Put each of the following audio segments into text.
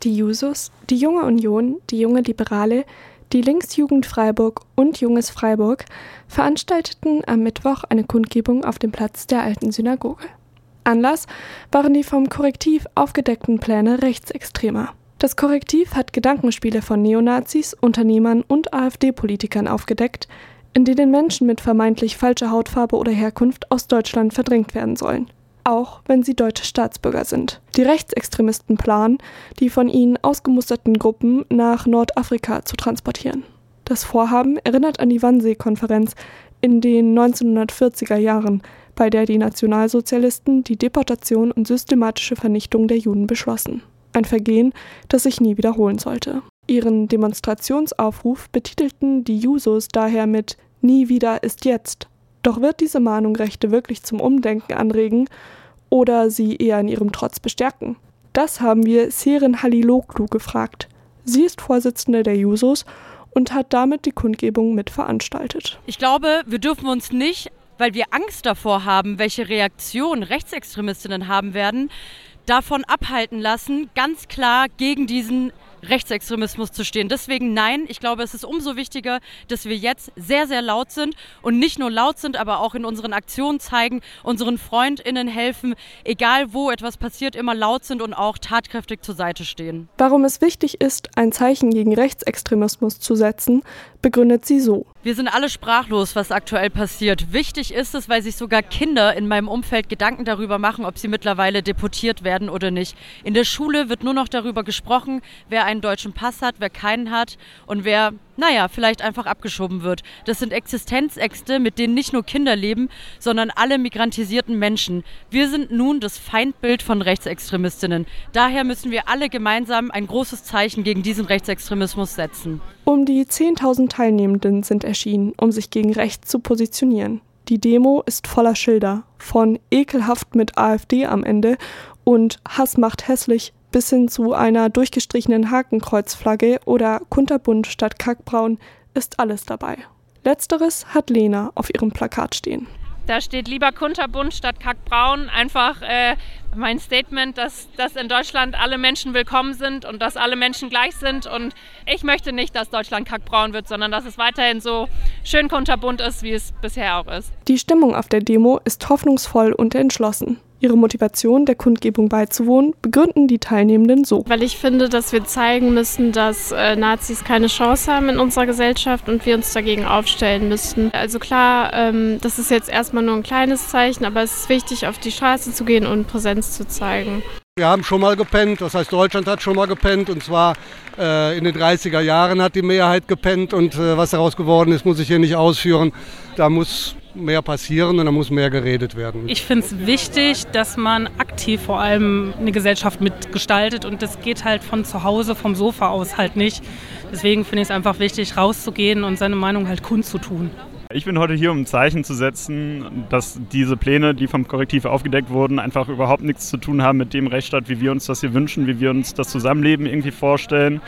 Die Jusos, die Junge Union, die Junge Liberale, die Linksjugend Freiburg und Junges Freiburg veranstalteten am Mittwoch eine Kundgebung auf dem Platz der Alten Synagoge. Anlass waren die vom Korrektiv aufgedeckten Pläne Rechtsextremer. Das Korrektiv hat Gedankenspiele von Neonazis, Unternehmern und AfD-Politikern aufgedeckt, in denen Menschen mit vermeintlich falscher Hautfarbe oder Herkunft aus Deutschland verdrängt werden sollen, auch wenn sie deutsche Staatsbürger sind. Die Rechtsextremisten planen, die von ihnen ausgemusterten Gruppen nach Nordafrika zu transportieren. Das Vorhaben erinnert an die Wannsee-Konferenz in den 1940er Jahren, bei der die Nationalsozialisten die Deportation und systematische Vernichtung der Juden beschlossen. Ein Vergehen, das sich nie wiederholen sollte. Ihren Demonstrationsaufruf betitelten die Jusos daher mit »Nie wieder ist jetzt«. Doch wird diese Mahnung Rechte wirklich zum Umdenken anregen oder sie eher in ihrem Trotz bestärken? Das haben wir Seren Haliloglu gefragt. Sie ist Vorsitzende der Jusos und hat damit die Kundgebung mitveranstaltet. Ich glaube, wir dürfen uns nicht, weil wir Angst davor haben, welche Reaktion Rechtsextremistinnen haben werden, davon abhalten lassen, ganz klar gegen diesen Rechtsextremismus zu stehen. Deswegen nein, ich glaube, es ist umso wichtiger, dass wir jetzt sehr, sehr laut sind und nicht nur laut sind, aber auch in unseren Aktionen zeigen, unseren FreundInnen helfen, egal wo etwas passiert, immer laut sind und auch tatkräftig zur Seite stehen. Warum es wichtig ist, ein Zeichen gegen Rechtsextremismus zu setzen, begründet sie so. Wir sind alle sprachlos, was aktuell passiert. Wichtig ist es, weil sich sogar Kinder in meinem Umfeld Gedanken darüber machen, ob sie mittlerweile deportiert werden oder nicht. In der Schule wird nur noch darüber gesprochen, wer einen deutschen Pass hat, wer keinen hat und wer, vielleicht einfach abgeschoben wird. Das sind Existenzängste, mit denen nicht nur Kinder leben, sondern alle migrantisierten Menschen. Wir sind nun das Feindbild von Rechtsextremistinnen. Daher müssen wir alle gemeinsam ein großes Zeichen gegen diesen Rechtsextremismus setzen. Um die 10.000 Teilnehmenden sind erschienen, um sich gegen rechts zu positionieren. Die Demo ist voller Schilder, von ekelhaft mit AfD am Ende und Hass macht hässlich bis hin zu einer durchgestrichenen Hakenkreuzflagge oder kunterbunt statt kackbraun ist alles dabei. Letzteres hat Lena auf ihrem Plakat stehen. Da steht lieber kunterbunt statt kackbraun. Einfach mein Statement, dass in Deutschland alle Menschen willkommen sind und dass alle Menschen gleich sind. Und ich möchte nicht, dass Deutschland kackbraun wird, sondern dass es weiterhin so schön kunterbunt ist, wie es bisher auch ist. Die Stimmung auf der Demo ist hoffnungsvoll und entschlossen. Ihre Motivation, der Kundgebung beizuwohnen, begründen die Teilnehmenden so. Weil ich finde, dass wir zeigen müssen, dass Nazis keine Chance haben in unserer Gesellschaft und wir uns dagegen aufstellen müssen. Also klar, das ist jetzt erstmal nur ein kleines Zeichen, aber es ist wichtig, auf die Straße zu gehen und Präsenz zu zeigen. Wir haben schon mal gepennt, das heißt Deutschland hat schon mal gepennt und zwar in den 30er Jahren hat die Mehrheit gepennt und was daraus geworden ist, muss ich hier nicht ausführen. Da muss mehr passieren und da muss mehr geredet werden. Ich finde es wichtig, dass man aktiv vor allem eine Gesellschaft mitgestaltet und das geht halt von zu Hause, vom Sofa aus halt nicht. Deswegen finde ich es einfach wichtig, rauszugehen und seine Meinung halt kundzutun. Ich bin heute hier, um ein Zeichen zu setzen, dass diese Pläne, die vom Korrektiv aufgedeckt wurden, einfach überhaupt nichts zu tun haben mit dem Rechtsstaat, wie wir uns das hier wünschen, wie wir uns das Zusammenleben irgendwie vorstellen.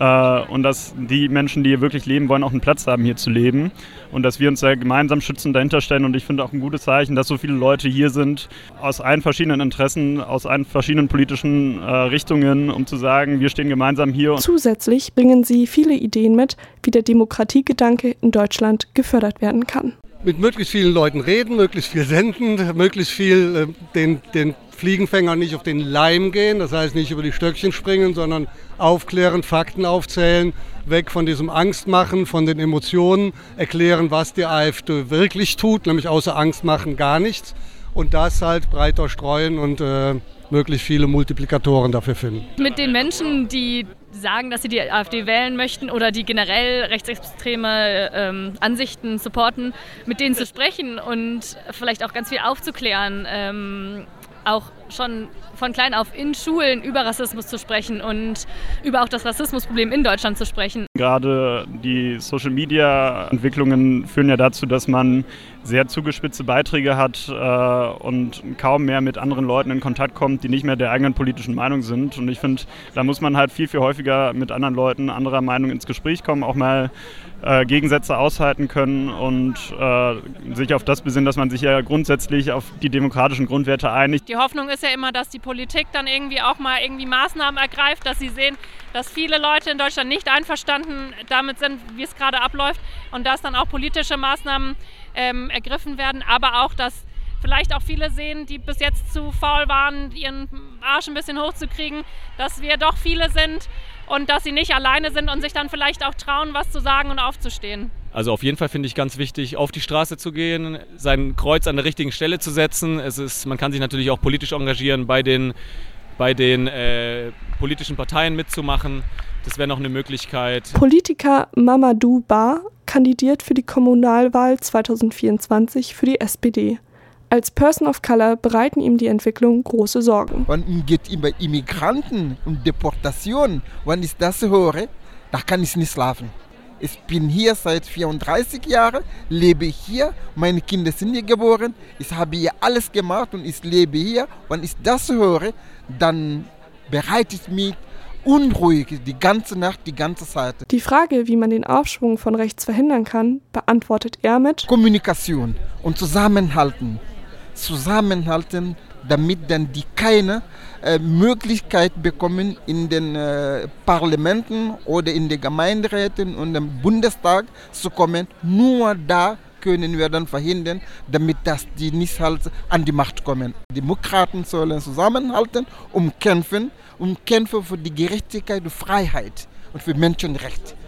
Und dass die Menschen, die hier wirklich leben wollen, auch einen Platz haben, hier zu leben. Und dass wir uns da gemeinsam schützen, dahinter stellen. Und ich finde auch ein gutes Zeichen, dass so viele Leute hier sind, aus allen verschiedenen Interessen, aus allen verschiedenen politischen Richtungen, um zu sagen, wir stehen gemeinsam hier. Zusätzlich bringen sie viele Ideen mit, wie der Demokratiegedanke in Deutschland gefördert werden kann. Mit möglichst vielen Leuten reden, möglichst viel senden, möglichst viel den Fliegenfängern nicht auf den Leim gehen, das heißt nicht über die Stöckchen springen, sondern aufklären, Fakten aufzählen, weg von diesem Angstmachen, von den Emotionen, erklären, was die AfD wirklich tut, nämlich außer Angst machen gar nichts und das halt breiter streuen und möglichst viele Multiplikatoren dafür finden. Mit den Menschen, die sagen, dass sie die AfD wählen möchten oder die generell rechtsextreme Ansichten supporten, mit denen zu sprechen und vielleicht auch ganz viel aufzuklären, auch schon von klein auf in Schulen über Rassismus zu sprechen und über auch das Rassismusproblem in Deutschland zu sprechen. Gerade die Social-Media-Entwicklungen führen ja dazu, dass man sehr zugespitzte Beiträge hat und kaum mehr mit anderen Leuten in Kontakt kommt, die nicht mehr der eigenen politischen Meinung sind. Und ich finde, da muss man halt viel, viel häufiger mit anderen Leuten anderer Meinung ins Gespräch kommen, auch mal Gegensätze aushalten können und sich auf das besinnen, dass man sich ja grundsätzlich auf die demokratischen Grundwerte einigt. Die Hoffnung ist ist ja immer, dass die Politik dann irgendwie auch mal irgendwie Maßnahmen ergreift, dass sie sehen, dass viele Leute in Deutschland nicht einverstanden damit sind, wie es gerade abläuft und dass dann auch politische Maßnahmen ergriffen werden, aber auch, dass vielleicht auch viele sehen, die bis jetzt zu faul waren, ihren Arsch ein bisschen hochzukriegen, dass wir doch viele sind und dass sie nicht alleine sind und sich dann vielleicht auch trauen, was zu sagen und aufzustehen. Also auf jeden Fall finde ich ganz wichtig, auf die Straße zu gehen, sein Kreuz an der richtigen Stelle zu setzen. Man kann sich natürlich auch politisch engagieren, bei den politischen Parteien mitzumachen. Das wäre noch eine Möglichkeit. Politiker Mamadou Ba kandidiert für die Kommunalwahl 2024 für die SPD. Als Person of Color bereiten ihm die Entwicklung große Sorgen. Wenn es geht über Immigranten und Deportation, wenn ich das höre, da kann ich nicht schlafen. Ich bin hier seit 34 Jahren, lebe hier, meine Kinder sind hier geboren, ich habe hier alles gemacht und ich lebe hier. Wenn ich das höre, dann bereitet es mich unruhig die ganze Nacht, die ganze Zeit. Die Frage, wie man den Aufschwung von rechts verhindern kann, beantwortet er mit Kommunikation und Zusammenhalten. Zusammenhalten, damit dann die keine Möglichkeit bekommen, in den Parlamenten oder in den Gemeinderäten und im Bundestag zu kommen. Nur da können wir dann verhindern, damit dass die nicht halt an die Macht kommen. Die Demokraten sollen zusammenhalten, kämpfen für die Gerechtigkeit und Freiheit und für Menschenrechte.